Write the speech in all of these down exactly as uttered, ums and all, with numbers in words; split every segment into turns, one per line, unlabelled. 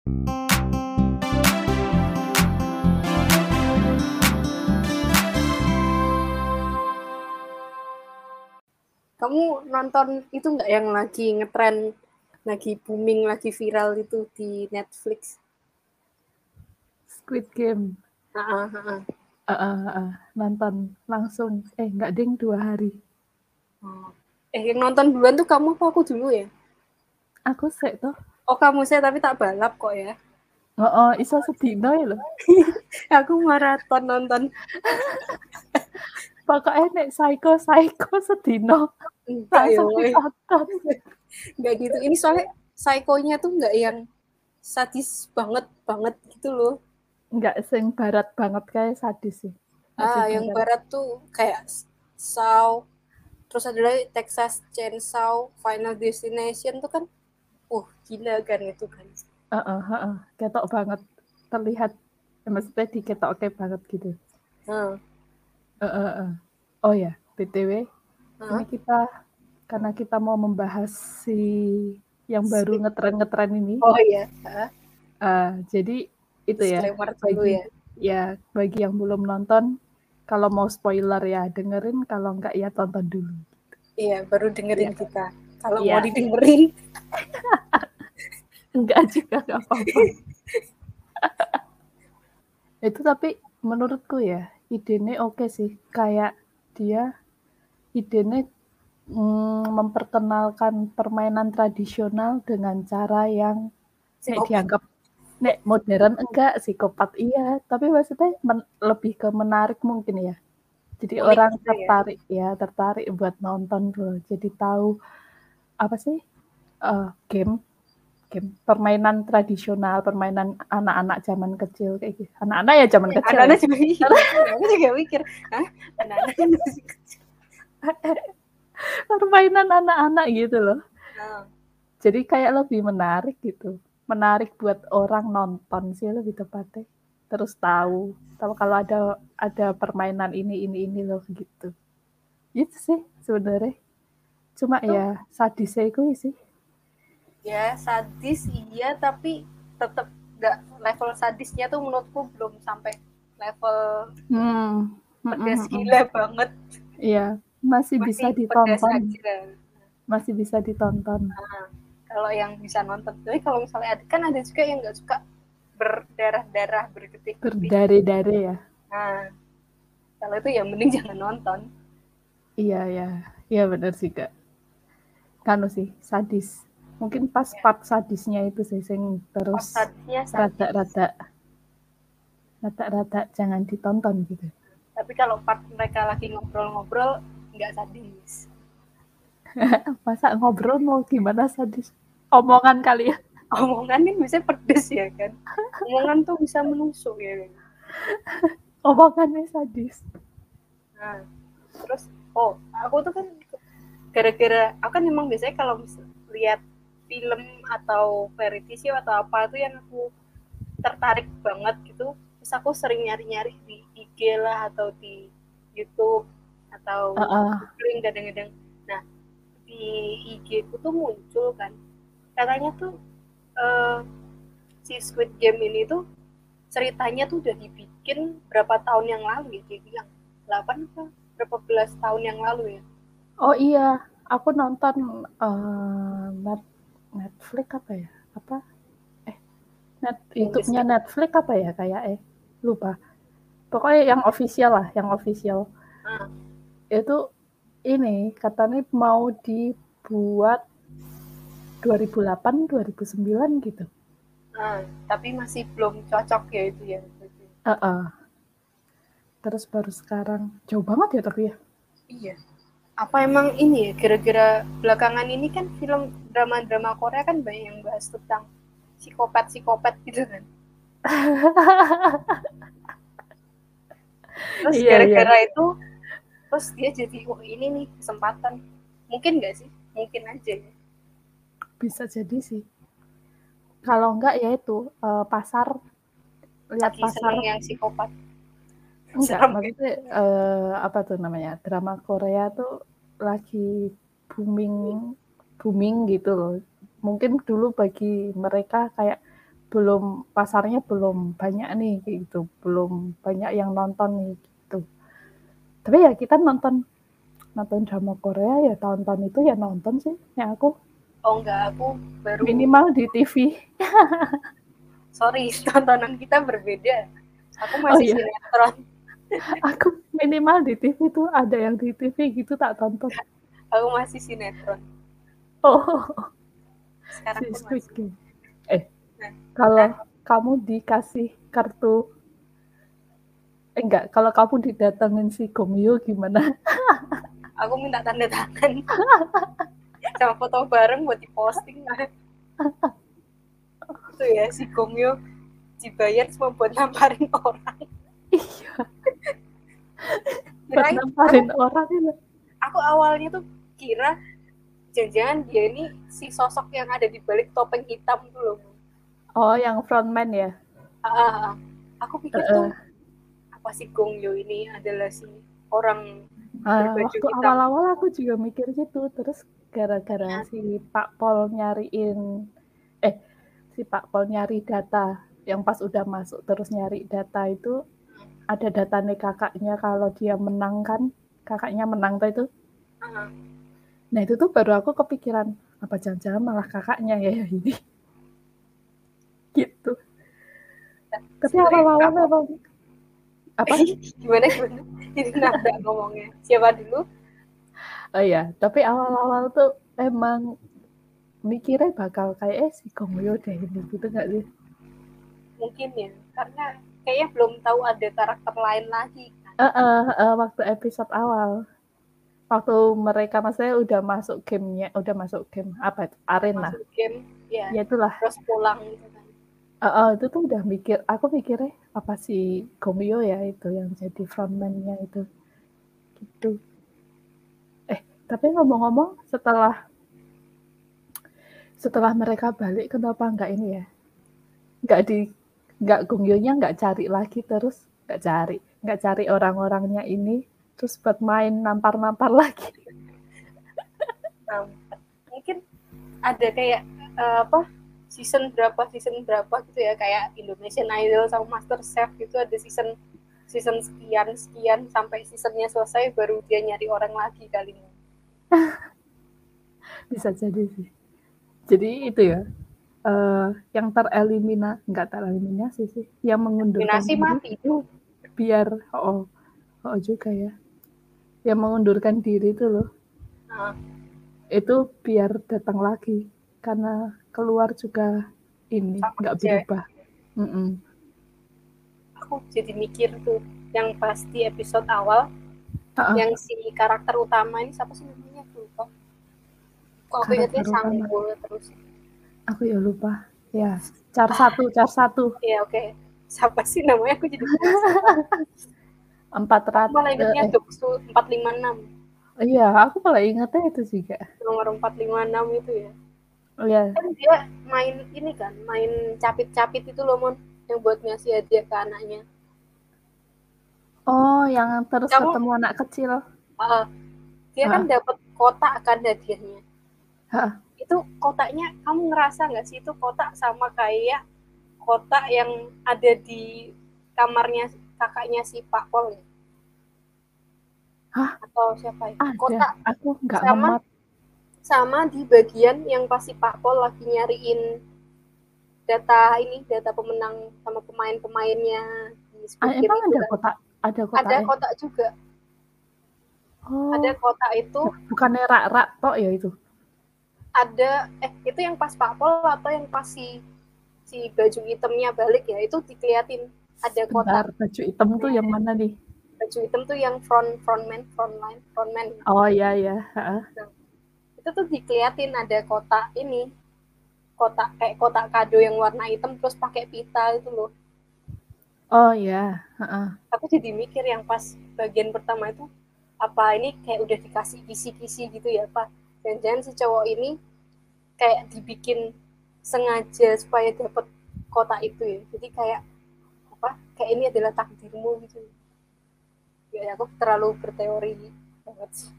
Kamu nonton itu nggak yang lagi ngetren, lagi booming, lagi viral itu di Netflix?
Squid Game.
Heeh, heeh.
Heeh, heeh. Nonton langsung. Eh, nggak ding, dua hari.
Oh. Eh, yang nonton duluan tuh kamu apa aku dulu ya?
Aku sih tuh.
Oh, kamu sih, tapi tak balap kok ya.
Oh, oh iso sedino ya loh.
Aku maraton nonton.
Pokoknya nek psycho-psycho sedino.
Enggak ya,
Langsung ditonton.
Enggak gitu. Ini soalnya psycho-nya tuh enggak yang sadis banget-banget gitu loh.
Enggak sing barat banget kayak sadis sih.
Ah, yang barat tuh kayak Saw, terus ada lagi Texas Chainsaw, Final Destination tuh kan, uh gila kan itu kan.
Heeh, heeh. Ketok banget. Terlihat, ya maksudnya diketok oke banget gitu.
Hmm.
Heeh, heeh. Oh ya, B T W,
Huh?
ini kita, karena kita mau membahas si yang baru ngetren-ngetren ini.
Oh iya. Huh?
Uh, jadi itu ya,
Disclaimer dulu
bagi
ya.
ya bagi yang belum nonton, kalau mau spoiler ya dengerin, kalau enggak ya tonton dulu.
Iya, baru dengerin
Ya.
kita. Kalau
Ya.
mau didengerin,
enggak juga enggak apa-apa. Itu tapi menurutku ya, idenya oke sih. Kayak dia idenya mm, memperkenalkan permainan tradisional dengan cara yang nek dianggap nek modern enggak, psikopat iya, tapi maksudnya men, lebih ke menarik mungkin ya. Jadi
unik
orang
gitu
tertarik ya. ya, tertarik buat nonton loh. Jadi tahu apa sih uh, game, game permainan tradisional, permainan anak-anak zaman kecil kayak gitu. Anak-anak ya zaman
ya.
kecil.
Anak-anak
ya.
juga mikir, aku juga mikir, hah? Anak-anak masih kecil.
Permainan anak-anak gitu loh.
Nah.
Jadi kayak lebih menarik gitu. Menarik buat orang nonton sih lebih tepatnya. Terus tahu, tahu kalau ada ada permainan ini ini ini loh gitu. Itu sih sebenarnya. Cuma
Itu,
ya sadisnya itu sih.
ya sadis iya, tapi tetap nggak, level sadisnya tuh menurutku belum sampai level
Hmm.
pedas
Mm-mm.
gila banget.
Iya, masih, masih bisa ditonton. Masih bisa ditonton.
Nah, kalau yang bisa nonton, tapi kalau misalnya ada, kan ada juga yang nggak suka berdarah-darah, berdetik-detik.
Berdare-dare ya.
Nah, kalau itu ya mending jangan nonton.
Iya ya, iya benar sih kak. Kanu sih sadis. Mungkin pas ya. Part sadisnya itu sih sing terus rada-rada rada-rada jangan ditonton gitu.
Tapi kalau part mereka lagi ngobrol-ngobrol nggak sadis.
Masa ngobrol mau gimana sadis? Omongan kali ya.
Omongan ini bisa pedes ya kan. Omongan tuh bisa menusuk ya kan.
Omongannya sadis.
Nah, terus oh aku tuh kan gara-gara aku kan memang biasanya kalau lihat film atau variety show atau apa tuh yang aku tertarik banget gitu, terus aku sering nyari-nyari di I G lah atau di YouTube atau googling uh-uh. kadang-kadang. Nah, di I G ku tuh muncul kan, katanya tuh uh, si Squid Game ini tuh ceritanya tuh udah dibikin berapa tahun yang lalu ya, dia bilang delapan apa berapa belas tahun yang lalu ya.
Oh iya, aku nonton uh, net, Netflix apa ya? Apa? Eh, net YouTube-nya Netflix apa ya kayak eh lupa. Pokoknya yang official lah, yang official.
Ah.
Itu ini katanya mau dibuat dua ribu delapan dua ribu sembilan gitu.
Ah, tapi masih belum cocok ya itu ya.
Uh-uh. Terus baru sekarang jauh banget ya tapi ya.
Iya. Apa emang ini ya, gara-gara belakangan ini kan film drama-drama Korea kan banyak yang bahas tentang psikopat-psikopat gitu kan. Terus iya, gara-gara iya. itu terus dia jadi wah ini nih kesempatan. Mungkin nggak sih? Mungkin aja ya.
Bisa jadi sih. Kalau enggak ya itu uh, pasar lihat
lagi
pasar
yang psikopat.
Enggak, Serem. Maksudnya uh, apa tuh namanya? Drama Korea tuh lagi booming booming gitu loh. Mungkin dulu bagi mereka kayak belum pasarnya belum banyak nih gitu, belum banyak yang nonton nih gitu. Tapi ya kita nonton nonton drama Korea ya tonton itu ya nonton sih, ya aku.
Oh enggak, aku baru
Minimal di T V.
sorry tontonan kita berbeda. Aku
Oh
masih
iya,
sinetron.
aku minimal di T V tuh ada yang di T V gitu tak tonton.
Aku masih sinetron.
Oh,
Sekarang
si
aku
Squid
masih.
Game. Eh,
Nah,
kalau
nah,
kamu dikasih kartu, eh enggak, kalau kamu didatengin si Gongyo gimana?
aku minta tanda tangan sama foto bareng buat diposting. Itu ya si Gongyo dibayar cuma buat namparin orang.
Iya, buat
Kirain aku
namparin orang itu.
aku awalnya tuh kira jangan-jangan dia ini si sosok yang ada di balik topeng hitam tuh loh.
Oh, yang frontman ya?
Ah, ah, ah. Aku pikir tuh
Heeh.
apa sih Gongyo ini adalah si orang
Ah,
berbaju
waktu
hitam.
awal-awal aku juga mikir gitu, terus gara-gara
Ternyata,
si Pak Pol nyariin, eh si Pak Pol nyari data, yang pas udah masuk terus nyari data itu, ada datanya kakaknya kalau dia menang kan, kakaknya menang tuh itu.
ah,
Nah itu tuh baru aku kepikiran, apa jangan-jangan malah kakaknya ya ini, gitu. Tapi
sebenarnya
awal-awal
aku
memang, apa?
gimana gimana jadi nabrak ngomongnya. Siapa dulu?
Oh iya, tapi awal-awal tuh emang mikirnya bakal kayak eh si Gongyo deh ini gitu nggak sih?
Mungkin ya, karena kayaknya belum tahu ada karakter lain lagi kan.
Eh, eh, eh, waktu episode awal, waktu mereka maksudnya udah masuk gamenya, udah masuk game apa itu arena,
Masuk game, ya
ya itulah.
terus pulang gitu kan.
Eh, eh, itu tuh udah mikir, aku mikirnya apa si Gongyo ya itu yang jadi frontman-nya itu, gitu. Eh, tapi ngomong-ngomong setelah setelah mereka balik kenapa nggak ini ya? Nggak di nggak Gongyonya nggak cari lagi terus nggak cari nggak cari orang-orangnya ini terus buat main nampar-nampar lagi.
Nah, mungkin ada kayak uh, apa season berapa season berapa gitu ya, kayak Indonesian Idol sama Master Chef gitu, ada season season sekian sekian sampai seasonnya selesai baru dia nyari orang lagi kali ini.
Bisa jadi sih. Jadi itu ya, uh, yang tereliminasi nggak tereliminasi sih, yang mengundurkan
Eliminasi
diri
mati
itu biar oh oh juga ya, yang mengundurkan diri itu loh,
nah,
itu biar datang lagi karena keluar juga ini
sama
nggak
aja.
berubah. Mm-mm.
Aku jadi mikir tuh yang pasti episode awal
Uh-uh.
yang si karakter utama ini siapa sih namanya tuh kok kok aku ingetnya Sanggul terus.
Aku ya lupa. Ya, car satu, car satu.
Ya oke, okay. Siapa sih namanya aku jadi
Empat ratus.
malah ingetnya
Eh,
Doksu empat lima enam.
iya, aku malah ingetnya itu juga.
Nomor empat lima enam itu ya.
Oh ya.
Kan dia main ini kan, main capit-capit itu loh Mon, yang buat ngasih hadiah ke anaknya.
Oh, yang terus
Kamu
ketemu anak kecil.
uh, dia
Hah?
kan dapat kotak kan hadiahnya.
Hah?
Itu kotaknya kamu ngerasa nggak sih itu kotak sama kayak kotak yang ada di kamarnya kakaknya si Pak Pol ya?
Hah?
Atau siapa ya?
Ada.
Kotak
Aku nggak
sama
ngemat.
sama di bagian yang pasti Pak Pol lagi nyariin data ini, data pemenang sama pemain-pemainnya di
Ah,
Squid Game
emang
itu
ada
kan.
kotak? Ada kotak
Ada
ya?
kotak juga. Ada
Oh,
kotak itu,
bukannya rak-rak tok ya itu?
ada eh itu yang pas Pak Pol atau yang pas si si baju hitamnya balik ya, itu dikeliatin ada kotak.
Bentar, baju hitam tuh yang mana nih?
Baju hitam tuh yang front frontman frontline frontman.
Oh iya ya.
Nah, itu tuh dikeliatin ada kotak ini, kotak kayak kotak kado yang warna hitam terus pakai pita itu loh.
Oh iya. Heeh.
Aku jadi mikir yang pas bagian pertama itu apa ini kayak udah dikasih kisi-kisi gitu ya Pak, jangan-jangan si cowok ini kayak dibikin sengaja supaya dapat kotak itu ya, jadi kayak apa kayak ini adalah takdirmu gitu ya. Aku terlalu berteori banget sih.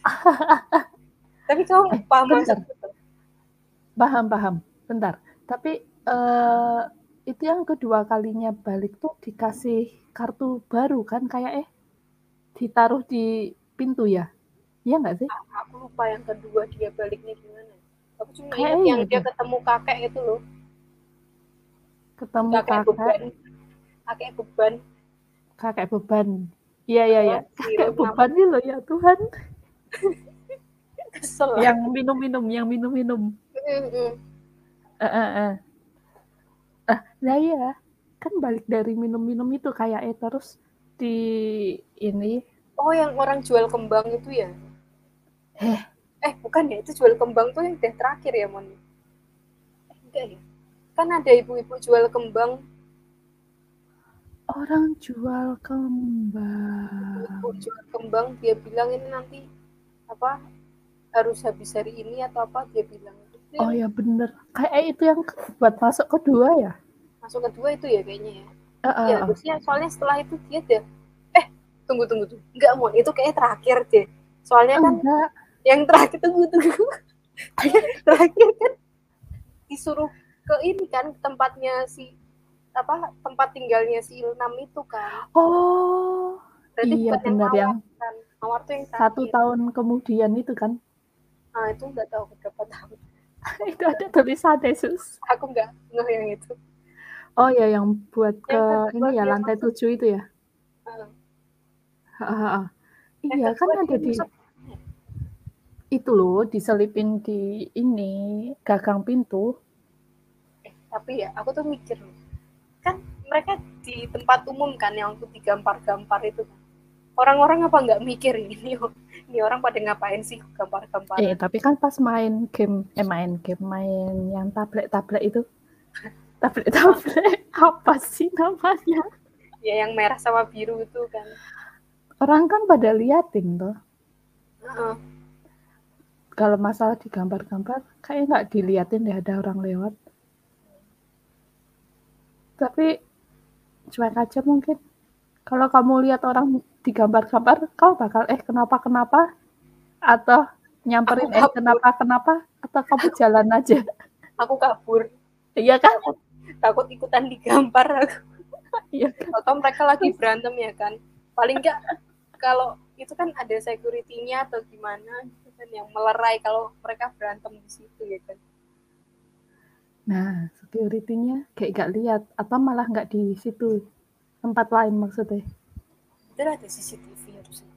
Tapi kamu
Eh,
paham
bentar.
maksudnya?
Paham, paham. Bentar. Tapi eh, itu yang kedua kalinya balik tuh dikasih kartu baru kan kayak eh ditaruh di pintu ya? Iya nggak sih?
A- aku lupa yang kedua dia baliknya gimana. Aku cuma inget
Kayaknya
yang
iya
dia
deh.
ketemu kakek itu loh.
Ketemu
Kakek
kakek,
beban, kakek beban.
kakek beban. Iya iya iya.
Oh,
Kakek
film nama
beban ini loh ya Tuhan.
kesel lah.
Yang minum-minum, yang minum-minum.
Mm-mm.
Eh, eh, eh. Ah, nah iya. Kan balik dari minum-minum itu kayak eh terus di ini
Oh, yang orang jual kembang itu ya?
eh
Eh, bukan ya, itu jual kembang tuh yang udah terakhir ya, Mon? Eh, enggak ya? Kan ada ibu-ibu jual kembang,
orang jual
ibu-ibu
kembang.
jual kembang, dia bilang ini nanti apa harus habis hari ini atau apa dia bilang. Itu
Oh
yang
ya bener. Kayak eh, itu yang buat masuk kedua ya?
masuk kedua itu ya kayaknya ya.
Eh,
Iya,
eh, eh.
harusnya soalnya setelah itu dia udah eh tunggu tunggu tunggu. Enggak, Mon, itu kayak terakhir deh. Soalnya kan
Enggak.
yang terakhir tunggu tunggu. Dia terakhir kan disuruh ke ini kan tempatnya si apa tempat tinggalnya si Ilnam itu kan.
Oh,
Berarti
iya
bukan yang
bener yang
mawar kan. Mawar tuh yang
satu
terakhir.
tahun kemudian itu kan.
Nah, itu nggak tahu berapa tahun.
Itu ada tulisan Yesus.
Aku nggak nggak yang itu.
Oh ya yang buat ke
Yang kedua
ini ya
dia
lantai
masuk.
tujuh itu ya?
Uh,
Heeh, heeh.
yang
Iya kan
kedua
ada
dia
di
masuk.
itu loh diselipin di ini gagang pintu.
Eh, tapi ya aku tuh mikir kan mereka di tempat umum kan yang tuh digampar-gampar itu kan. Orang-orang apa nggak mikir ini ini orang pada ngapain sih
Eh
gambar-gamparan.
tapi kan pas main game eh main game main yang tablet-tablet itu
Apa
tablet-tablet apa sih namanya?
ya yang merah sama biru itu kan.
Orang kan pada liatin tuh.
Uh-uh.
Kalau masalah digambar-gambar kayak nggak diliatin deh ada orang lewat. Tapi cuek aja mungkin. Kalau kamu lihat orang digambar-gambar, kau bakal eh kenapa-kenapa atau
Aku
nyamperin eh
kabur,
kenapa-kenapa atau kamu jalan aja.
aku kabur.
Iya kan?
Takut, takut ikutan digampar aku.
Iya kan?
Atau mereka lagi
Terus,
berantem ya kan. Paling nggak kalau itu kan ada security-nya atau gimana gitu kan yang melerai kalau mereka berantem di situ ya kan.
nah, security-nya kayak gak lihat atau malah nggak di situ tempat lain maksudnya.
Itu ada C C T V harusnya.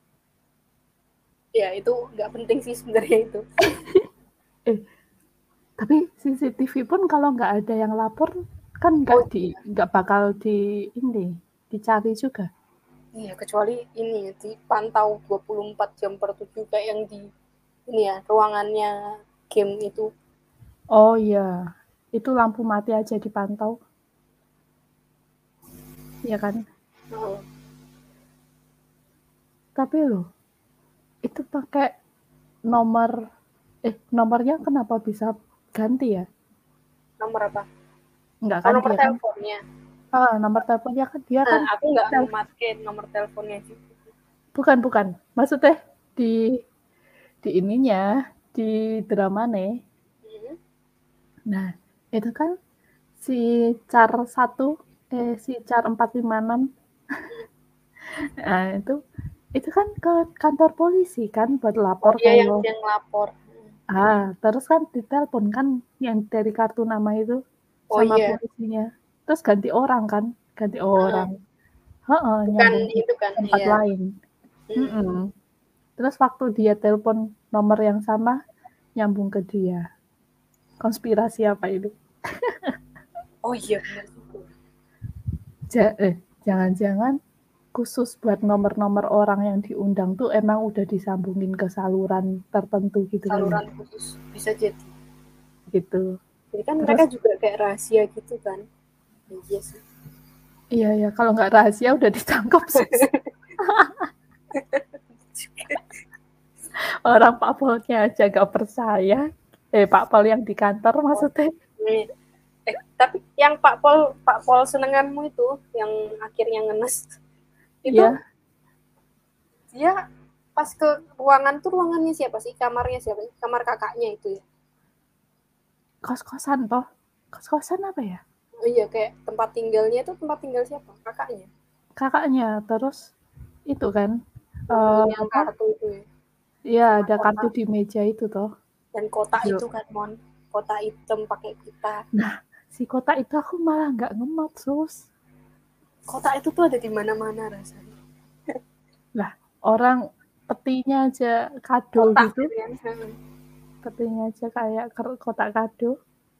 Ya itu nggak penting sih sebenarnya itu.
Eh, tapi C C T V pun kalau nggak ada yang lapor kan nggak
Oh
di nggak bakal di ini dicari juga.
iya, kecuali ini dipantau dua puluh empat jam per tujuh kayak yang di ini ya ruangannya game itu.
Oh iya, itu lampu mati aja dipantau, ya kan?
Hmm.
Tapi loh, itu pakai nomor eh nomornya kenapa bisa ganti ya?
Nomor apa?
Enggak
Oh,
kan
nomor
dia kan?
teleponnya.
Ah, nomor teleponnya kan dia
Nah,
kan
aku nggak
tel
memakai nomor teleponnya juga.
bukan bukan. Maksudnya di di ininya di drama nih.
Hmm.
Nah, itu kan si Char satu eh si Char empat lima enam. Nah, itu itu kan ke kantor polisi kan buat
Oh
lapor
dia yang
kalau
yang lapor.
ah, terus kan ditelepon kan yang dari kartu nama itu
Oh
sama
iya.
polisinya. Terus ganti orang kan, ganti
Hmm.
orang. Heeh,
Bukan
nyambung ke
itu kan,
tempat
iya.
lain.
Hmm.
Mm-mm. Terus waktu dia telepon nomor yang sama, nyambung ke dia. Konspirasi apa itu?
Oh iya benar juga.
Ja- eh, jangan-jangan khusus buat nomor-nomor orang yang diundang tuh emang udah disambungin ke saluran tertentu gitu kali ya.
Saluran khusus bisa jadi.
Gitu.
Jadi kan
Terus
mereka juga kayak rahasia gitu kan. Iya sih.
iya ya kalau nggak rahasia udah ditangkap sih. Orang Pak Polnya aja nggak percaya. Eh Pak Pol yang di kantor
Oh,
maksudnya.
iya. Eh, tapi yang Pak Pol Pak Pol senenganmu itu yang akhirnya ngenes itu
Iya,
dia pas ke ruangan tuh ruangannya siapa sih? Kamarnya siapa sih? Kamar kakaknya itu ya.
kos-kosan toh. Kos-kosan apa ya?
Oh iya, kayak tempat tinggalnya itu tempat tinggal siapa? Kakaknya?
Kakaknya, terus itu kan,
Nemuin
eee,
yang
apa,
kartu itu ya?
iya
Sama
ada kartu
kotak.
di meja itu toh.
Dan kotak
Yo.
itu kan, Mon. Kotak hitam pakai pita.
Nah, si kotak itu aku malah nggak ngemot, Sus.
Kotak itu tuh ada di mana-mana rasanya.
Lah, orang petinya aja kado
Kotak
gitu.
gitu kan. Hmm.
Petinya aja kayak kotak kado.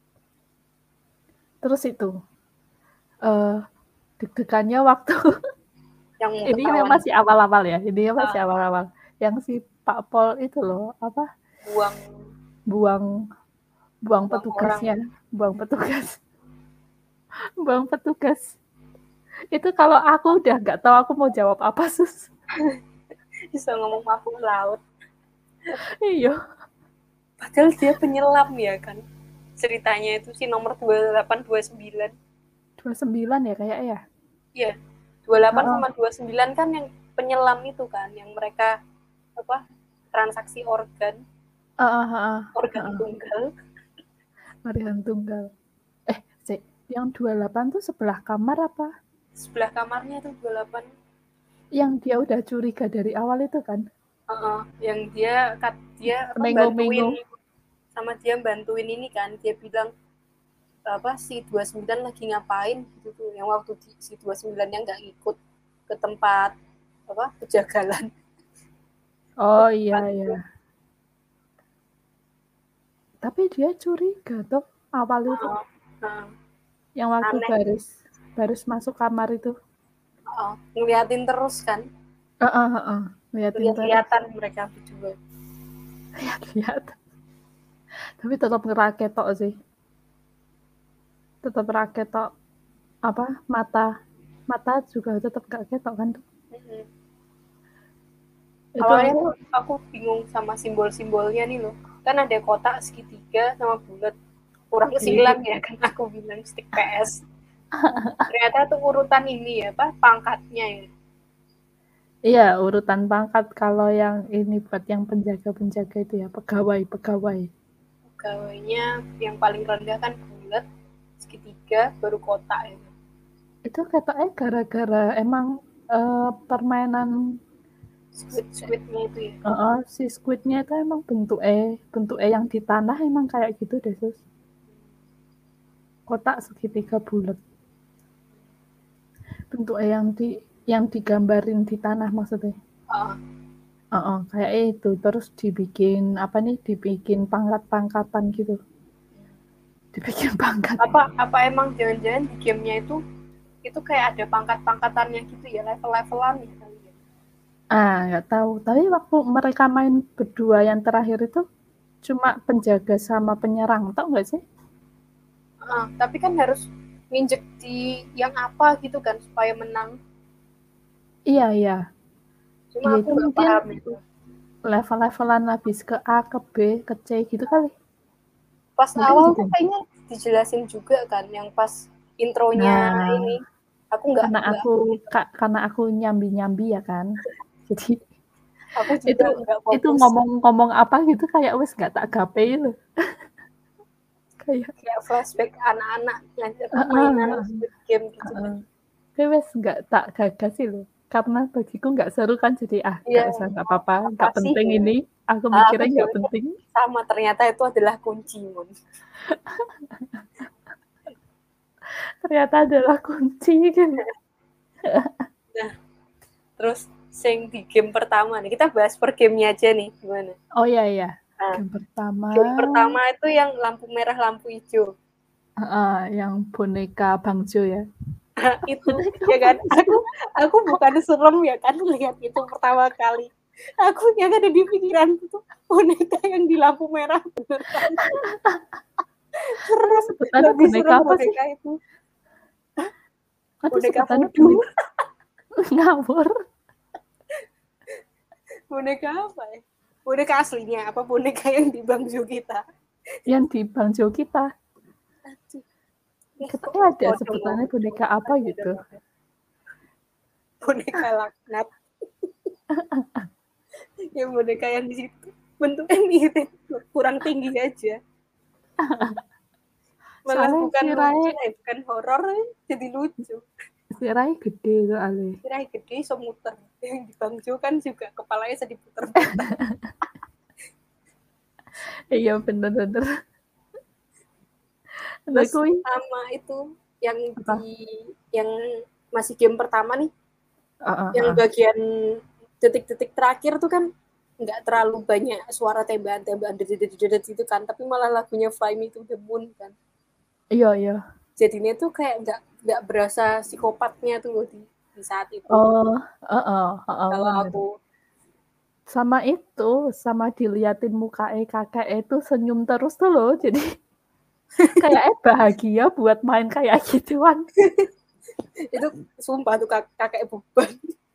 Terus itu, eee, deg-degannya waktu
Yang mau
ini
ketahuan.
masih awal-awal ya, ini masih
Ah,
awal-awal. Yang si Pak Pol itu loh, apa,
buang
buang buang
buang orang.
petugasnya, buang petugas, buang petugas. Itu kalau aku udah nggak tahu aku mau jawab apa, Sus.
Bisa ngomong mabuk laut.
Iya.
Padahal dia penyelam ya kan. Ceritanya itu si nomor dua puluh delapan dua puluh sembilan.
dua puluh sembilan ya kayak ya?
Iya. dua puluh delapan
Heeh.
sama dua puluh sembilan kan yang penyelam itu kan, yang mereka apa? Transaksi organ,
Heeh heeh.
organ
Heeh.
tunggal.
Organ tunggal. Eh, sih, yang dua puluh delapan tuh sebelah kamar apa?
Sebelah kamarnya tuh dua puluh delapan.
Yang dia udah curiga dari awal itu kan?
Uh-uh. Yang dia kat, dia apa
Mengo-mengo.
bantuin sama dia bantuin ini kan, dia bilang apa si dua puluh sembilan lagi ngapain gitu tuh, yang waktu di, si dua puluh sembilan yang nggak ikut ke tempat apa kejagalan.
Oh iya iya. Tapi dia curiga toh awal itu.
Uh, uh,
Yang waktu
aneh.
baris baris masuk kamar itu.
Uh, ngeliatin terus kan,
Heeh heeh. Liatin terus.
lihat-lihatan mereka berdua.
Lihat-lihat. Tapi tetap ngeraket tok sih. Tetap raket tok. Apa? Mata. Mata juga tetap gak ketok kan tuh.
Mm-hmm.
Itu
Awalnya
aku,
tuh aku bingung sama simbol-simbolnya nih loh. Kan ada kotak segitiga sama bulat. Kurang silang ya kan aku bilang stick P S. Ternyata tuh urutan ini ya, apa pangkatnya ya.
iya urutan pangkat. Kalau yang ini buat yang penjaga-penjaga itu ya, pegawai-pegawai.
Pegawainya yang paling rendah kan bulat, segitiga, baru kotak ya.
Itu katanya gara-gara emang uh, permainan
Squid-squidnya itu ya.
uh, si squidnya itu emang bentuk E, bentuk E yang di tanah emang kayak gitu deh, Sus. Kotak segitiga bulat. Bentuk E yang di yang digambarin di tanah maksudnya.
Uh,
uh, uh, kayak itu terus dibikin apa nih dibikin pangkat-pangkatan gitu. Dibikin pangkat.
Apa apa emang jangan-jangan di gamenya itu itu kayak ada pangkat-pangkatannya gitu ya, level-levelan ya kali ya.
Ah, nggak tahu. Tapi waktu mereka main berdua yang terakhir itu cuma penjaga sama penyerang, tau nggak sih?
Uh, tapi kan harus nginjek di yang apa gitu kan supaya menang.
Iya iya.
Cuma
Ya,
aku
itu
nggak
mungkin
paham itu.
level-levelan habis ke A, ke B, ke C gitu kali.
Pas
Mungkin
awal
gitu.
tuh kayaknya dijelasin juga kan, yang pas intronya
Nah,
ini. Aku nggak.
karena
nggak
aku ka, karena aku nyambi-nyambi ya kan. Jadi
aku
itu
juga nggak fokus.
itu ngomong-ngomong apa gitu kayak wes nggak tak gape loh. kayak
kayak flashback anak-anak yang
uh,
mainan
uh,
game gitu
uh,
kan.
Kayak wes nggak tak gagas sih loh. Karena bagiku nggak seru kan jadi ah nggak
Iya,
usah nggak apa-apa
apa
nggak
sih
penting
ya?
ini aku
Nah, aku
mikirnya nggak
juga
penting.
sama, ternyata itu adalah kunci, Mun.
Ternyata adalah kunci kan.
Nah, terus sing di game pertama nih, kita bahas per gamenya aja nih, gimana?
Oh iya iya.
Nah,
Game pertama.
game pertama itu yang lampu merah, lampu hijau.
Uh, yang boneka Bang Jo ya.
Itu ya kan, aku aku bukan serem ya kan lihat itu pertama kali. Aku yang ada di pikiran itu boneka yang di lampu merah beneran. Serem,
sebutannya
lebih
boneka
serem
apa
boneka
sih?
itu.
Aduh,
Boneka
sebutannya
voodoo.
boneka ngawur.
Boneka apa ya? Boneka aslinya apa boneka yang di Bang Jo kita?
Yang di Bang Jo kita. Katanya ada sebutannya boneka apa gitu.
Boneka laknat. Ya boneka yang di situ bentuknya mirip, kurang tinggi aja. Malah
Soalnya
bukan
si
lucu,
Rai,
eh, bukan horor, eh, jadi lucu.
si Rai gede soalnya.
Si Rai gede, so muter. Yang di Bang Jo kan juga kepalanya sedih puter-puter.
Iya bener-bener.
Terus
Aku
sama itu yang
apa?
di yang masih game pertama nih,
Uh, uh,
yang
uh.
bagian detik-detik terakhir tuh kan nggak terlalu banyak suara tembakan-tembakan dedet-dedet itu kan, tapi malah lagunya Fly Me to the Moon kan.
Iya iya.
Jadinya tuh kayak nggak nggak berasa psikopatnya tuh loh di, di saat itu.
Oh, uh, uh, uh, uh,
Kalau
bener.
aku
Sama itu, sama diliatin muka eh kakek itu senyum terus tuh loh, jadi kayak eh bahagia buat main kayak gituan.
itu sumpah tuh kak, kakek beban.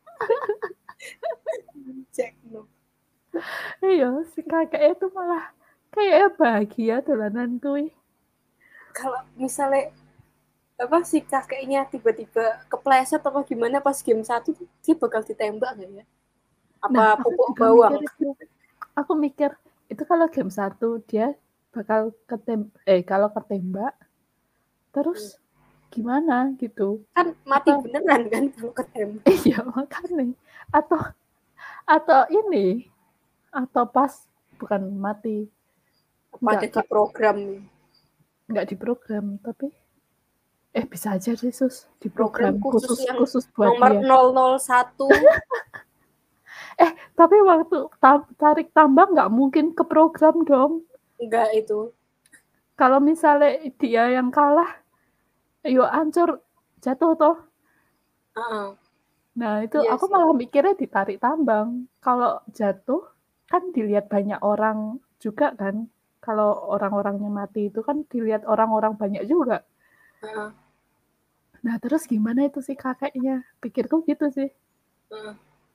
Cek no.
Iya, si kakek itu malah kayak bahagia dolanan kuwi.
Kalau misalnya apa sih kakeknya tiba-tiba kepleset apa gimana pas game satu dia bakal ditembak nggak ya? Apa
Nah, aku
pupuk
juga
bawang?
mikir itu. Aku mikir itu kalau game satu dia bakal ketem eh kalau ketembak terus gimana gitu.
Kan mati
Atau
beneran kan kalau ketembak.
iya makanya atau atau ini atau pas bukan mati
Apa ada
nggak
di program
nggak diprogram tapi eh bisa aja sih sus
program
diprogram
khusus
khusus
yang
khusus buat
nomor
dia.
nol nol satu.
Eh tapi waktu ta- tarik tambang nggak mungkin ke program dong.
Enggak itu.
Kalau misalnya dia yang kalah, yuk hancur jatuh toh.
Uh-uh.
Nah itu
Iya
aku
sih.
malah mikirnya ditarik tambang. Kalau jatuh kan dilihat banyak orang juga kan. Kalau orang-orangnya mati itu kan dilihat orang-orang banyak juga.
Uh-uh.
Nah terus gimana itu sih kakeknya? Pikirku gitu sih.
Uh-uh.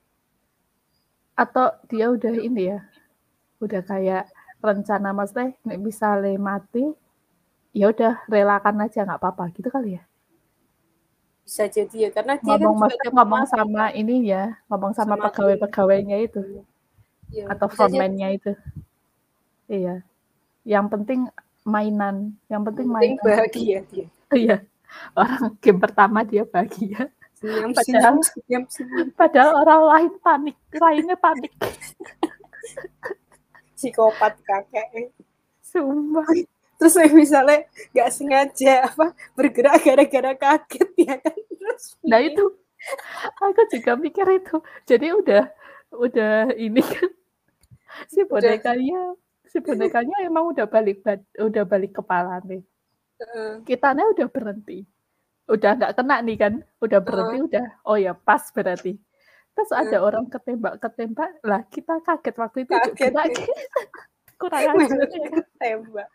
Atau dia udah ini ya, udah kayak rencana maksudnya nek misalnya mati, ya udah relakan aja nggak apa-apa gitu kali ya.
Bisa jadi ya karena dia kan
Ngomong
juga
maksudnya
dapat
ngomong
mati
sama
kan.
ini ya, ngomong sama
Sama tim.
pegawai-pegawainya itu
Iya,
atau
bisa jadi.
frontman-nya itu. Iya. Yang penting mainan, yang penting
Yang penting
mainan.
bahagia dia.
Iya. Orang game pertama dia bahagia.
Senyum,
Padahal
senyum, senyum, senyum.
padahal orang lain panik, lainnya panik.
Psikopat kakek.
Sumpah.
Terus misalnya nggak sengaja apa bergerak gara-gara kaget ya kan terus.
Nah itu aku juga mikir itu. Jadi udah udah ini kan si bonekanya si bonekanya emang udah balik udah balik kepala nih.
Uh,
Kitanya udah berhenti. Udah nggak kena nih kan. Udah berhenti
uh,
udah. Oh ya pas berarti. Terus
uh,
ada orang ketembak-ketembak. Lah kita kaget waktu itu
kaget
juga
ya.
kurang ajar ya.
Ketembak.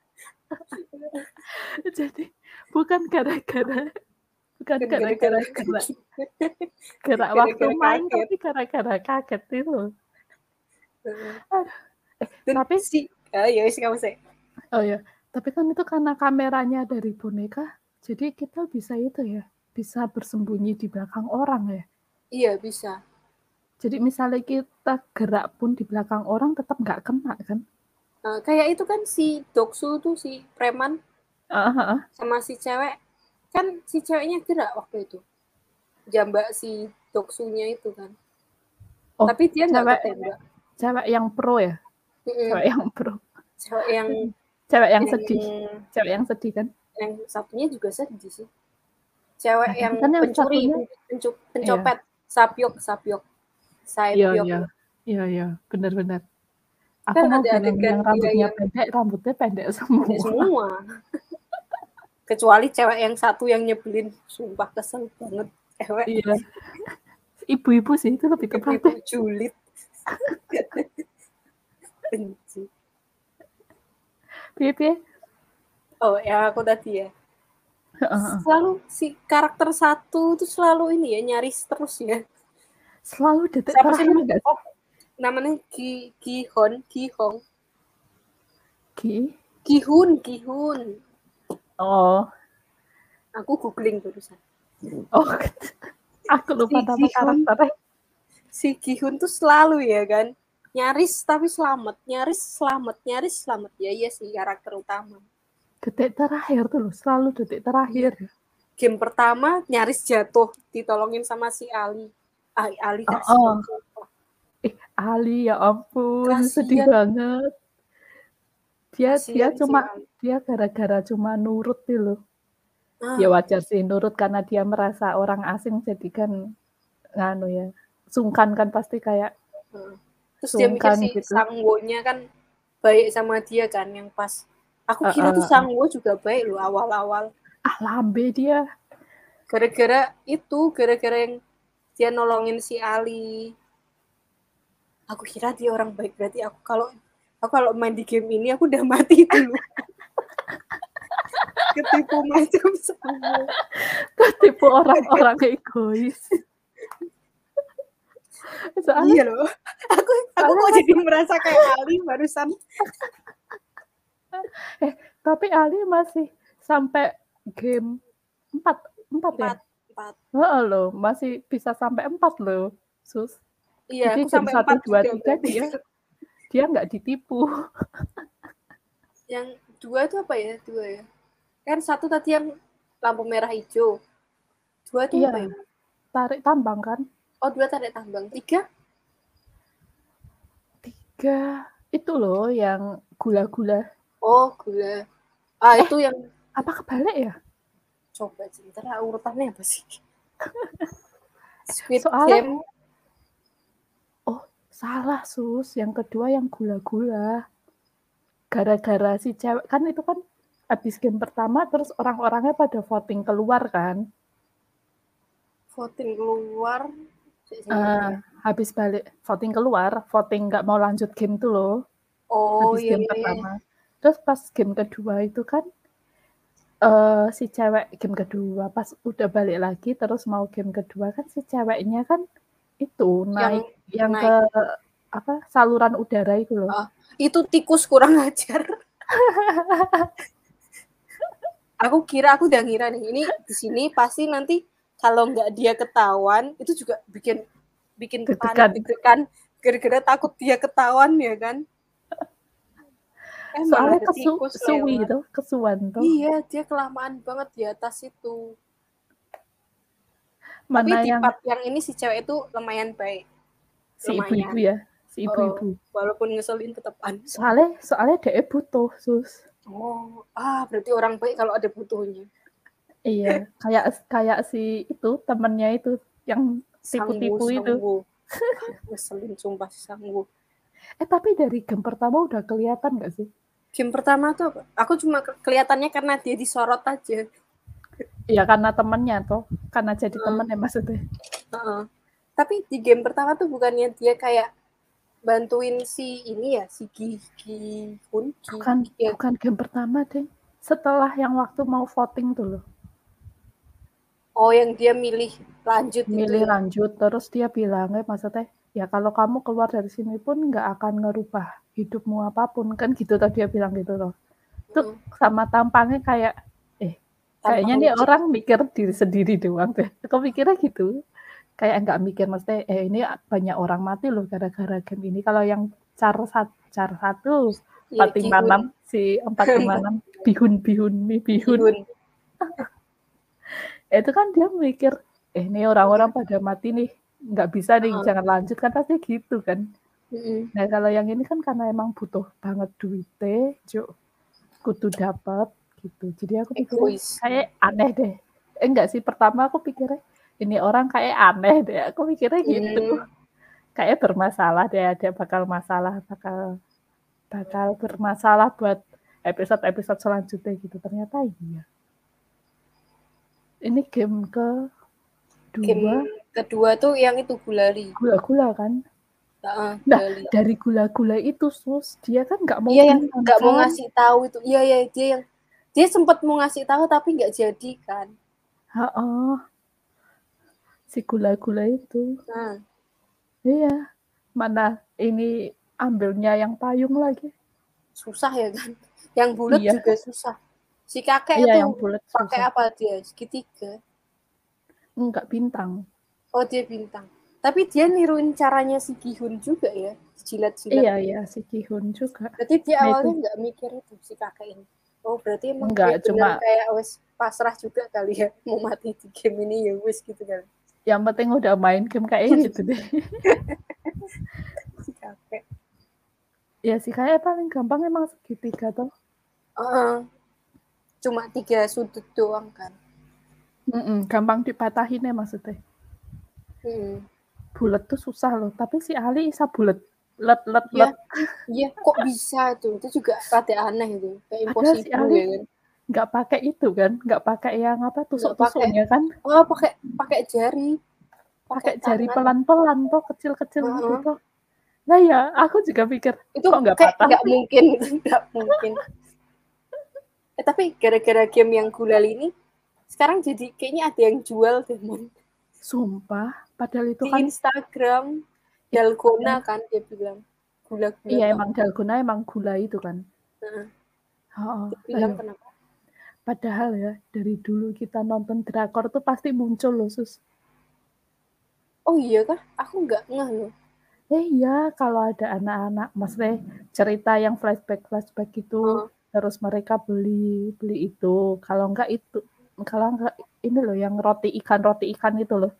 Jadi bukan gara-gara bukan gara-gara gerak gerak waktu main
kaget.
tapi gara-gara kaget itu.
Uh,
Eh,
dan
tapi
si oh ya sih kamu sih.
oh ya, tapi kan itu karena kameranya dari boneka, jadi kita bisa itu ya, bisa bersembunyi di belakang orang ya.
Iya bisa.
Jadi misalnya kita gerak pun di belakang orang tetap nggak kena kan?
Uh, kayak itu kan si Doksu tuh si preman
Uh, uh, uh.
sama si cewek kan si ceweknya gerak waktu itu jambak si Doksunya itu kan.
Oh,
tapi dia nggak
cewek,
ketembak.
cewek yang pro ya?
Mm-mm.
Cewek yang pro.
Cewek yang
cewek yang,
yang
sedih. Cewek yang sedih kan?
Yang satunya juga sedih sih. Cewek
Nah,
yang
kan yang
pencuri,
satunya,
pencu, pencopet, iya. Sapyok, Sapyok.
Iya,
Sapyok.
iya. Iya, iya, benar-benar. Aku
Kan
mau
ada
bilang
adegan
yang rambutnya
yang
pendek, rambutnya pendek semua.
pendek semua. Kecuali cewek yang satu yang nyebelin, sumpah kesel banget cewek.
Iya. Ibu-ibu sih itu lebih tepatnya.
Ibu julid. Benci.
Piye-piye?
Oh, yang aku tadi ya. Selalu si karakter satu itu selalu ini ya nyaris terus ya.
Selalu detik
Siapa
terakhir
sih
enggak?
Oh, namanya Ki Ki Hon, Ki Hong.
Ki?
Ki-hun, Ki-hun.
Oh.
Aku googling barusan.
Oh. Aku lupa
si
nama karakternya.
Si Ki-hun tuh selalu ya kan. Nyaris tapi selamat, nyaris selamat, nyaris selamat. Ya iya sih karakter utama.
Detik terakhir tuh loh, selalu detik terakhir.
Iya. Game pertama nyaris jatuh, ditolongin sama si Ali. Ah, Ali
Oh,
kasihan.
oh. Eh, Ali ya ampun, sedih
Kasihan.
banget. Dia dia
Kasihan si
cuma
Ali.
dia gara-gara cuma nurut sih loh.
Ah,
Ya wajar sih nurut karena dia merasa orang asing jadi kan nganu ya, sungkan kan pasti kayak
hmm. Terus dia mikir
sungkan
si
gitu.
Sangwo-nya kan baik sama dia kan, yang pas. Aku
Uh,
kira tuh
uh, uh.
Sangwo juga baik loh awal-awal.
Ah lambe dia.
Gara-gara itu, gara-gara yang dia nolongin si Ali. Aku kira dia orang baik, berarti aku kalau aku kalau main di game ini aku udah mati dulu. Ketipu macam Sangwo.
Tipe orang-orang egois. Soalnya,
Iya loh. Aku aku
soalnya
kok
kan,
jadi merasa kayak Ali barusan.
eh tapi Ali masih sampai game empat empat ya?
Empat, empat.
Heeh loh, masih bisa sampai empat loh, Sus.
Iya,
Jadi
aku
game
sampai
satu,
empat
dua,
juga
tiga
berarti.
dia dia nggak ditipu.
Yang dua itu apa ya? Dua ya. Kan satu tadi yang lampu merah hijau. Dua itu
Iya,
apa ya?
tarik tambang kan?
Oh, dua tarik tambang. Tiga?
Tiga, itu loh yang gula-gula.
Oh, gula. Ah,
Eh,
itu yang
apa kebalik ya?
coba sebentar urutannya apa sih? Squid
Soalnya,
Game.
oh salah Sus, yang kedua yang gula-gula. Gara-gara si cewek, kan itu kan habis game pertama terus orang-orangnya pada voting keluar kan.
Voting keluar.
Uh, habis balik voting keluar, voting nggak mau lanjut game tuh loh.
Oh,
Habis
iya,
game
iya, iya.
pertama. Terus pas game kedua itu kan uh, si cewek game kedua pas udah balik lagi terus mau game kedua kan si ceweknya kan itu naik yang, yang
naik.
ke apa saluran udara itu loh.
Ah, itu tikus kurang ajar. Aku kira aku udah ngira nih ini di sini pasti nanti kalau nggak dia ketahuan itu juga bikin bikin panik deg-degan gara-gara takut dia ketahuan ya kan.
Eh, soalnya kesu suwi tuh, kesuan tuh.
Iya, dia kelamaan banget di atas itu.
Mana
Tapi di
yang
part yang ini si cewek itu lumayan baik.
Si
lumayan.
ibu-ibu ya, si ibu-ibu.
Oh, walaupun ngeselin tetap an.
Soalnya soalnya dia butuh, Sus.
Oh, ah berarti orang baik kalau ada butuhnya.
Iya, kayak kayak si itu temennya itu yang tipu-tipu itu.
Ngeselin sumpah si Sanggu.
Eh tapi dari game pertama udah kelihatan gak sih?
Game pertama tuh apa? Aku cuma kelihatannya karena dia disorot aja.
Iya karena temennya tuh, karena jadi uh, temen ya maksudnya.
Uh, tapi di game pertama tuh bukannya dia kayak bantuin si ini ya, si Gi Gi Hun.
Bukan, ya. bukan game pertama deh. Setelah yang waktu mau voting tuh loh.
Oh, yang dia milih lanjut
milih
itu ya?
lanjut, terus dia bilang, eh maksudnya, ya kalau kamu keluar dari sini pun nggak akan ngerubah hidupmu apapun, kan gitu tadi dia bilang gitu loh. Tuh hmm. sama tampangnya kayak, eh Tampang kayaknya nih orang mikir diri sendiri doang deh. Aku mikirnya gitu. Kayak nggak mikir, maksudnya, eh ini banyak orang mati loh gara-gara game ini. Kalau yang car, car satu, empat lima enam, si empat lima enam, bihun, bihun, mie bihun. bihun. Itu kan dia mikir, eh ini orang-orang pada mati nih, nggak bisa nih, uh-huh. jangan lanjut, kan pasti gitu kan. Uh-huh. Nah kalau yang ini kan karena emang butuh banget duitnya, jo, kudu dapet gitu. Jadi aku pikir kayak aneh deh. Eh enggak sih, pertama aku pikirnya, ini orang kayak aneh deh, aku mikirnya gitu. Uh-huh. Kayak bermasalah deh, dia bakal masalah, bakal bakal bermasalah buat episode-episode selanjutnya gitu. Ternyata iya. Ini game ke dua.
Game kedua tuh yang itu Gulali.
Gula-gula kan?
Nah,
nah dari gula-gula itu Sus, dia kan nggak mau
iya, yang nggak mau ngasih tahu itu. Iya, iya, dia yang dia sempat mau ngasih tahu tapi nggak jadi kan.
Heeh. Si gula-gula itu.
Nah.
Iya. Mana ini ambilnya yang payung lagi.
Susah ya kan? Yang bulat iya. juga susah. Si kakek
iya,
tuh pakai apa dia? Segitiga?
Enggak, bintang.
Oh, dia bintang. Tapi dia niruin caranya si Gihun juga ya? Jilat-jilat.
Iya, iya, si Gihun juga.
Berarti dia nah, awalnya nggak mikir itu, si kakek ini. Oh, berarti emang
Enggak,
dia bener
cuma
kayak wes pasrah juga kali ya, mau mati di game ini ya wes gitu kan.
yang penting udah main game kayak gitu deh.
Si kakek.
Ya sih kayak paling gampang emang segitiga tuh.
Uh, cuma tiga sudut doang kan.
Mm-mm, gampang dipatahin ya maksudnya.
Hmm.
Bulat tuh susah loh, tapi si Ali bisa bulat. Let let
Iya,
let.
iya kok bisa tuh? Itu juga rada aneh itu, kayak
Padahal si
impossible
Ali
ya kan.
nggak pakai itu kan, nggak pakai yang apa
Nggak pakai,
tusuk-tusuknya kan,
oh pakai pakai jari, pakai
pakai jari
tangan.
pelan-pelan tuh kecil-kecil gitu
Uh-uh.
tuh. Nah ya, aku juga pikir
Itu
kok nggak
kayak
patah
nggak
sih.
mungkin, nggak mungkin. Eh, tapi gara-gara game yang Gulal ini, sekarang jadi kayaknya ada yang jual deh, Mon.
Sumpah, padahal itu
Di
kan
Instagram,
itu
Dalgona
padahal,
kan dia bilang. Gula-gula
iya
tau.
emang dalgona emang gula itu kan.
Heeh.
Oh,
Dia bilang
ayo.
kenapa?
Padahal ya dari dulu kita nonton drakor tuh pasti muncul loh sus.
Oh iya kah? Aku nggak ngeh loh.
Eh iya, kalau ada anak-anak, maksudnya cerita yang flashback-flashback itu,
Heeh.
terus mereka beli beli itu. Kalau enggak itu, kalau enggak ini loh yang roti ikan roti ikan itu loh.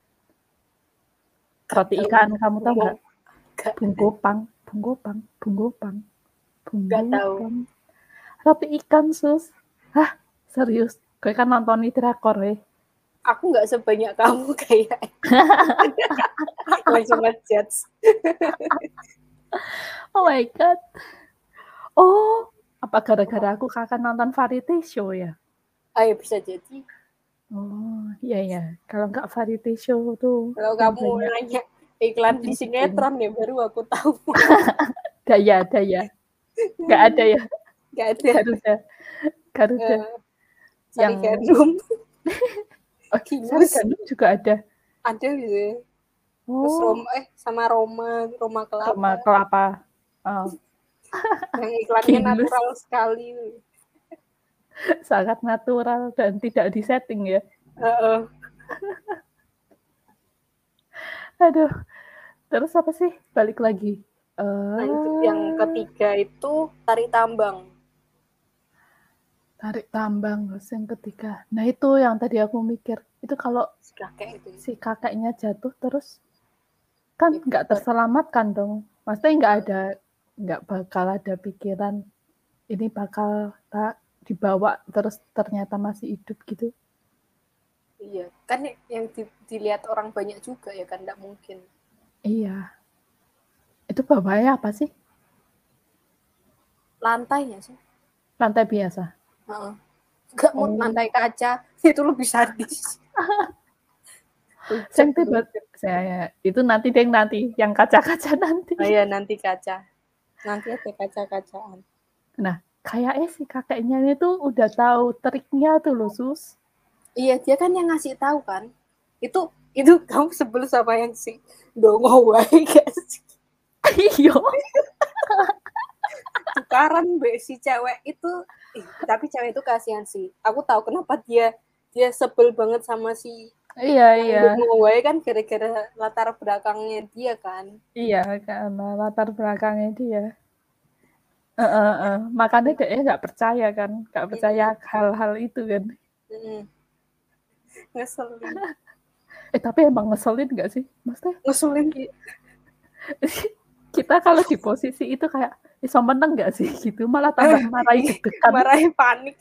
Nggak
Roti
tahu.
ikan kamu tahu
Ngomong
nggak?
nggak
Bunggopang, bunggopang, bunggopang,
nggak tahu.
bunggopang. Roti ikan sus. Hah, serius? Gue kan nonton drakor ya.
Aku nggak sebanyak kamu kayak langsung ngejudge.
Oh my god. Oh, apa gara-gara aku kakak nonton variety show ya?
Ayo bisa jadi.
Oh, iya ya. Kalau nggak variety show tuh
Kalau
yang
kamu
banyak
nanya iklan di
kucing-kucing.
sinetron ya baru aku tahu.
Daya, daya. Nggak ada ya?
Nggak ada.
Garuda, Garuda.
Uh,
Yang,
Sarigadum,
oh,
Kinus
Sarigandum juga ada.
ada gitu ya. Terus
Oh,
Roma eh sama Roma, Roma
Roma
Kelapa
Kelapa. Oh,
yang iklannya
Kinus.
natural sekali.
Sangat natural dan tidak disetting ya.
Uh, uh.
Aduh, terus apa sih? Balik lagi.
Lanjut yang
Eh,
ketiga itu tari tambang.
tarik tambang terus yang ketiga. Nah itu yang tadi aku mikir. Itu kalau
Si kakek itu.
si kakaknya jatuh terus kan
Ya,
nggak
bubar.
terselamatkan dong. Maksudnya nggak ada, nggak bakal ada pikiran ini bakal tak dibawa terus ternyata masih hidup gitu.
Iya, kan yang di, dilihat orang banyak juga ya kan, nggak mungkin.
Iya. Itu bawahnya apa sih?
Lantainya sih.
Lantai biasa.
Uh, nggak mau
Oh.
lantai kaca, itu lebih sadis.
Yang tiba saya itu nanti deh nanti yang kaca-kaca nanti.
Oh iya, nanti kaca. Nanti ada kaca-kacaan.
Nah, kayaknya si kakeknya itu udah tahu triknya tuh loh, Sus.
Iya, dia kan yang ngasih tahu kan. Itu itu kamu sebel sama yang si dongo wae guys.
Iya.
Tukaran be si cewek itu, eh, tapi cewek itu kasihan sih. Aku tahu kenapa dia dia sebel banget sama si
Iya,
yang
iya.
dongo wae kan gara-gara latar belakangnya dia kan.
Iya, karena latar belakangnya dia. Heeh, heeh. Makanya dia nggak percaya kan, nggak percaya hal-hal itu kan.
Mm-mm. Ngeselin.
Eh tapi emang ngeselin nggak sih? Maksudnya
Ngeselin.
kita kalau di posisi itu kayak bisa menang nggak sih gitu, malah tambah marahi deg-degan.
Marahin panik.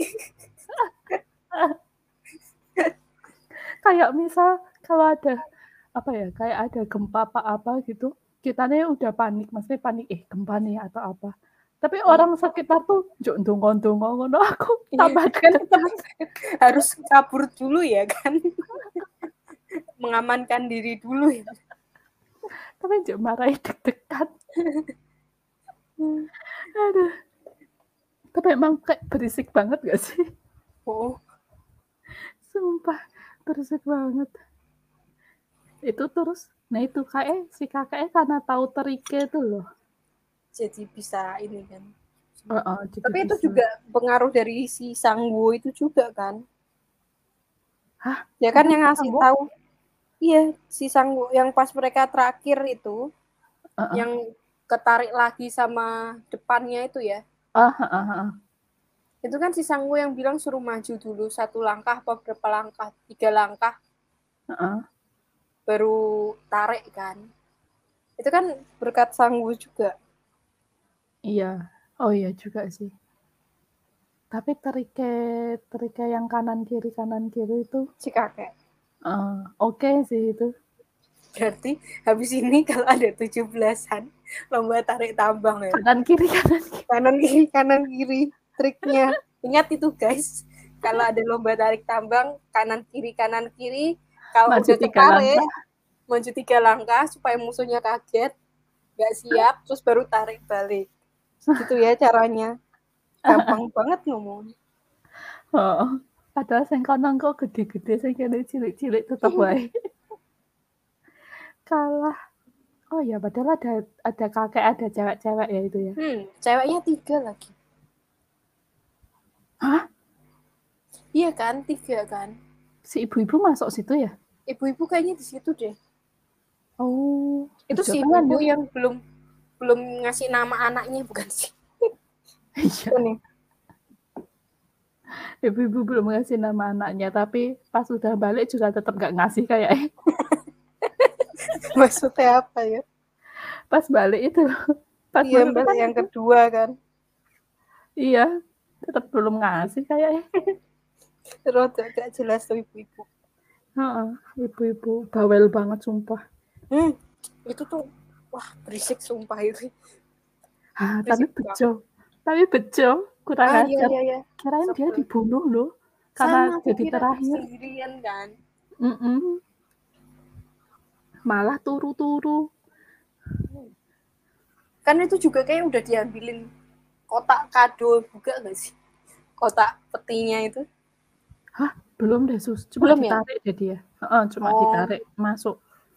Kayak misal kalau ada apa ya, kayak ada gempa apa-apa gitu, kitanya udah panik, maksudnya panik eh gempa nih atau apa. Tapi
Hmm.
orang sekitar tuh njuk ndonga-ndonga ngono aku
Iya,
tambah
kan kita
deg-degan.
harus kabur dulu ya kan. Mengamankan diri dulu ya.
Tapi njuk marahi deg-degan. Aduh. Tapi emang kayak berisik banget gak sih?
Oh,
Sumpah, berisik banget. Itu terus, nah itu kayak si kakaknya karena tahu triknya itu loh.
jadi bisa ini kan.
Heeh, jadi
Tapi itu
bisa.
juga pengaruh dari si Sanggu itu juga kan.
Hah?
Ya kan
Emang
yang ngasih
Sanggu?
tahu. Iya, si Sanggu yang pas mereka terakhir itu,
Heeh.
yang ketarik lagi sama depannya itu ya.
Ah, heeh, heeh.
Itu kan si Sangwoo yang bilang suruh maju dulu satu langkah apa berapa langkah, tiga langkah
Heeh.
baru tarik kan. Itu kan berkat Sangwoo juga.
Iya. Oh iya juga sih. Tapi terike terike yang kanan kiri kanan kiri itu
Si kakek.
uh, oke okay sih itu.
Berarti habis ini kalau ada tujuh belasan lomba tarik tambang ya.
Kanan kiri kanan kiri.
Kanan kiri kanan kiri triknya. Ingat itu guys. Kalau ada lomba tarik tambang kanan kiri kanan kiri, kalau
Maju
udah
tiga
ketarik
langkah.
maju tiga langkah supaya musuhnya kaget, nggak siap, terus baru tarik balik. Gitu ya caranya. Gampang banget ngomong.
Oh. Padahal sing kono kok gede-gede, sing kene cilik-cilik tetep wae. Kalah. Oh ya, padahal ada ada kakek, ada cewek-cewek ya itu ya.
Hmm, ceweknya tiga lagi.
Hah?
Iya kan, tiga kan.
Si ibu-ibu masuk situ ya?
Ibu-ibu kayaknya di situ deh.
Oh,
Itu
hijau
si
tangan
ibu
dong.
yang belum belum ngasih nama anaknya, bukan sih?
Iya.
Nih.
Ibu-ibu belum ngasih nama anaknya, tapi pas udah balik juga tetap gak ngasih kayaknya.
Maksudnya apa ya?
Pas balik itu. Pas
Iya,
balik kan
yang kedua kan.
iya, tetap belum ngasih kayaknya.
Terus gak jelas tuh ibu-ibu.
Heeh, ibu-ibu bawel banget sumpah.
Hmm, itu tuh wah berisik sumpah itu.
Ah, tapi bejo. Tapi bejo, kurang
ah,
ajar.
Iya, iya, iya.
Kirain dia
Sebel.
dibunuh loh. Karena
Sama aku
jadi
kira
terakhir.
sendirian kan.
Mm-mm. Malah turu-turu.
Kan itu juga kayak udah diambilin kotak kado juga gak sih? Kotak petinya itu.
Hah, belum deh sus. Cuma
Belum ya?
ditarik deh dia. Heeh, cuma
Oh.
ditarik masuk.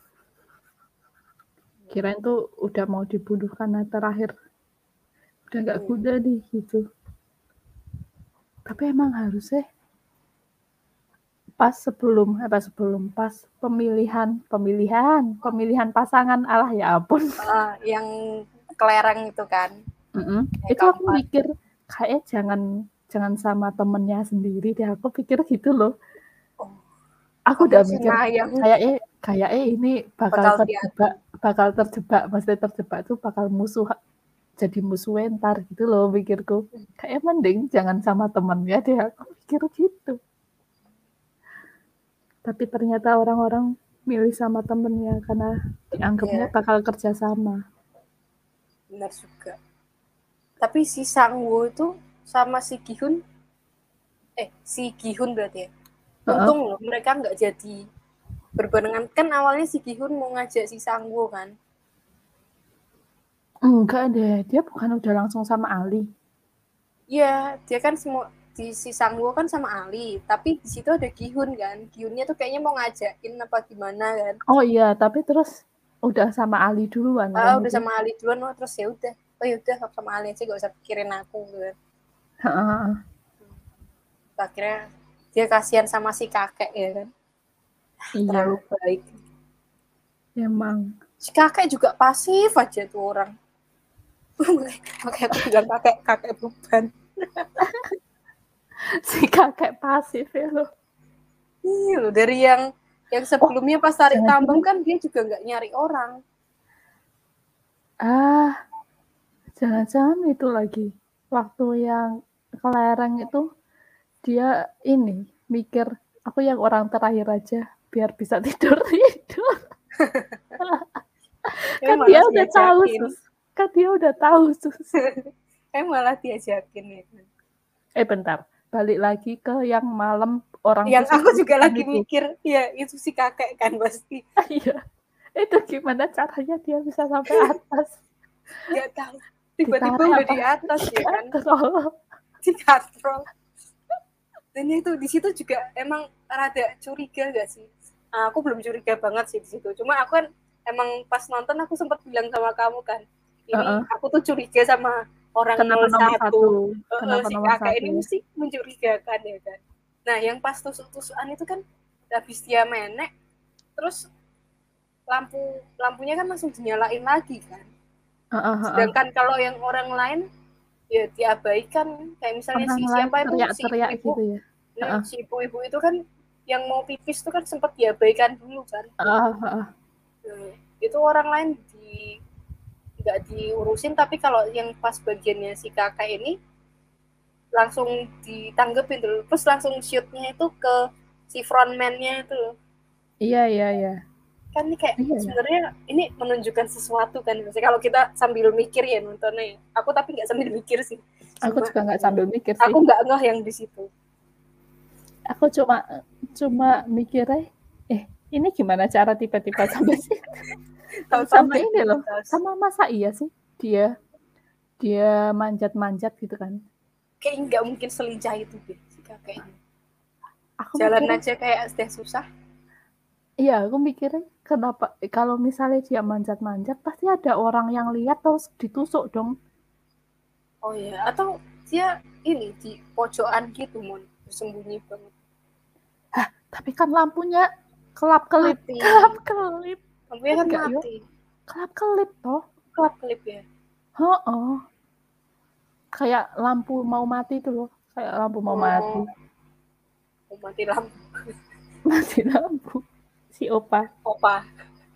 Kirain tuh udah mau dibunuh karena terakhir. Udah gak
Hmm.
kuda nih gitu. Tapi emang harusnya pas sebelum apa sebelum pas pemilihan pemilihan pemilihan pasangan Allah ya ampun.
Ah, yang kelereng itu kan.
Mm-mm.
Yang
Itu aku
keempat.
mikir kayak jangan jangan sama temennya sendiri deh. Aku pikir gitu loh.
Oh,
Aku
kamu
udah
sih
mikir
sayang.
kayaknya kayaknya ini bakal,
Bakal
terjebak bakal terjebak maksudnya terjebak tuh bakal musuh jadi musuh entar gitu loh pikirku. Kayak mending jangan sama temennya deh. Aku pikir gitu. Tapi ternyata orang-orang milih sama temennya karena dianggapnya
ya,
bakal kerja sama.
benar juga. Tapi si Sangwoo itu sama si Gihun, eh si Gihun berarti ya. Untung
Uh-uh.
loh mereka nggak jadi berbarengan. Kan awalnya si Gihun mau ngajak si Sangwoo kan.
Enggak deh, dia bukan udah langsung sama Ali.
Iya, dia kan semua di si Sangwoo kan sama Ali, tapi di situ ada Gihun kan. Gihunnya tuh kayaknya mau ngajakin apa gimana kan.
Oh iya, tapi terus udah sama Ali duluan
Ah,
kan
udah
itu.
sama Ali duluan, oh, terus ya udah. Oh ya udah sama Ali aja, gak usah pikirin aku gitu.
Heeh.
Akhirnya dia kasihan sama si kakek ya kan.
Iya,
Terlalu baik.
emang.
Si kakek juga pasif aja tuh orang. Makanya aku bilang kakek kakek beban.
Si kakek pasif ya loh.
Iya loh, dari yang yang sebelumnya pas tarik
jangan-jangan-
tambang kan dia juga nggak nyari orang.
Ah, jangan-jangan itu lagi. Waktu yang kelereng itu dia ini mikir aku yang orang terakhir aja biar bisa tidur tidur. Kan
Kayak
dia
malah
udah tahu
diajakin.
sus. Kan dia udah tahu sus.
Kayak malah diajakin ya kan.
Eh bentar, balik lagi ke yang malam orang
Yang aku juga lagi
itu.
mikir, ya itu si kakek kan pasti.
Iya. Itu gimana caranya dia bisa sampai atas?
Gak tahu. Tiba-tiba
Ditarik
udah
apa?
di atas ya kan.
Dikatrol.
Dikatrol. Dan itu di situ juga emang rada curiga gak sih? Nah, aku belum curiga banget sih di situ. Cuma aku kan emang pas nonton aku sempat bilang sama kamu kan, ini
Uh-uh.
aku tuh curiga sama orang
Kenapa
nol
nomor
satu.
satu?
Uh,
Kenapa
si
nomor
kakek
satu
ini
ya?
mesti mencurigakan ya kan. Nah, yang pas tusuk-tusukan itu kan habis dia menek, terus lampu lampunya kan langsung dinyalain lagi kan.
Uh-uh, uh-uh.
Sedangkan kalau yang orang lain ya diabaikan. Kayak misalnya
Orang
si
lain
siapa itu si
teriak-teriak
ibu-ibu,
gitu ya.
hmm,
Heeh.
si ibu-ibu itu kan yang mau pipis itu kan sempat diabaikan dulu kan.
Heeh, heeh.
Nah, itu orang lain di nggak diurusin, tapi kalau yang pas bagiannya si kakak ini langsung ditanggepin dulu, terus langsung shootnya itu ke si frontman-nya itu.
Iya, iya, iya.
Kan ini kayak
Iya ya.
sebenarnya ini menunjukkan sesuatu kan. Maksudnya kalau kita sambil mikir ya nontonnya. Aku tapi nggak sambil mikir sih.
Aku
Cuma
juga nggak sambil mikir
aku
sih.
nggak ngeh yang di situ.
Aku cuma cuma mikirnya, eh ini gimana cara tiba-tiba sampai situ?
Tahu-tahu
Sampai
naik
ini
di
loh,
atas.
sama masa iya sih dia dia manjat-manjat gitu kan?
Kayak nggak mungkin selincah itu deh si kakek ini.
Aku
Jalan
mikirnya,
aja kayak sudah susah.
iya aku mikirnya kenapa kalau misalnya dia manjat-manjat pasti ada orang yang lihat terus ditusuk dong.
Oh ya, atau dia ini di pojokan gitu mon, bersembunyi banget.
Hah, tapi kan lampunya kelap-kelip,
Mati.
kelap-kelip.
Lampunya kan
Enggak yo,
mati.
kelap-kelip toh.
Kelap kelip ya.
Heeh. Kayak lampu mau mati itu loh, kayak lampu mau mati.
Oh, oh mati lampu.
Mati lampu. Si opa.
Opa.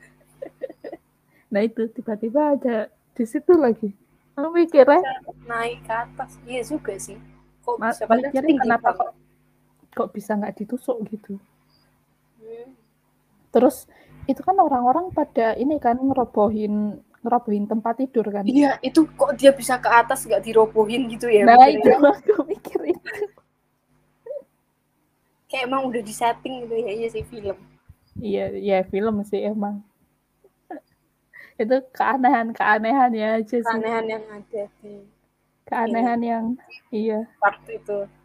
Nah itu tiba-tiba ada di situ lagi. Aku mikirnya,
Bisa naik ke atas. Iya juga sih. Kok
ma-
bisa padahal
mikirnya
tinggi
kenapa
banget.
kok kok bisa nggak ditusuk gitu.
Hmm.
Terus itu kan orang-orang pada ini kan ngerobohin ngerobohin tempat tidur kan.
Iya, itu kok dia bisa ke atas nggak dirobohin gitu ya
Nah itu
mikirnya.
aku mikir itu.
Kayak emang udah disetting gitu ya, iya sih film.
Iya, ya film sih emang. Itu keanehan-keanehannya aja sih.
Keanehan yang ada di ini
Keanehan yang iya.
part itu.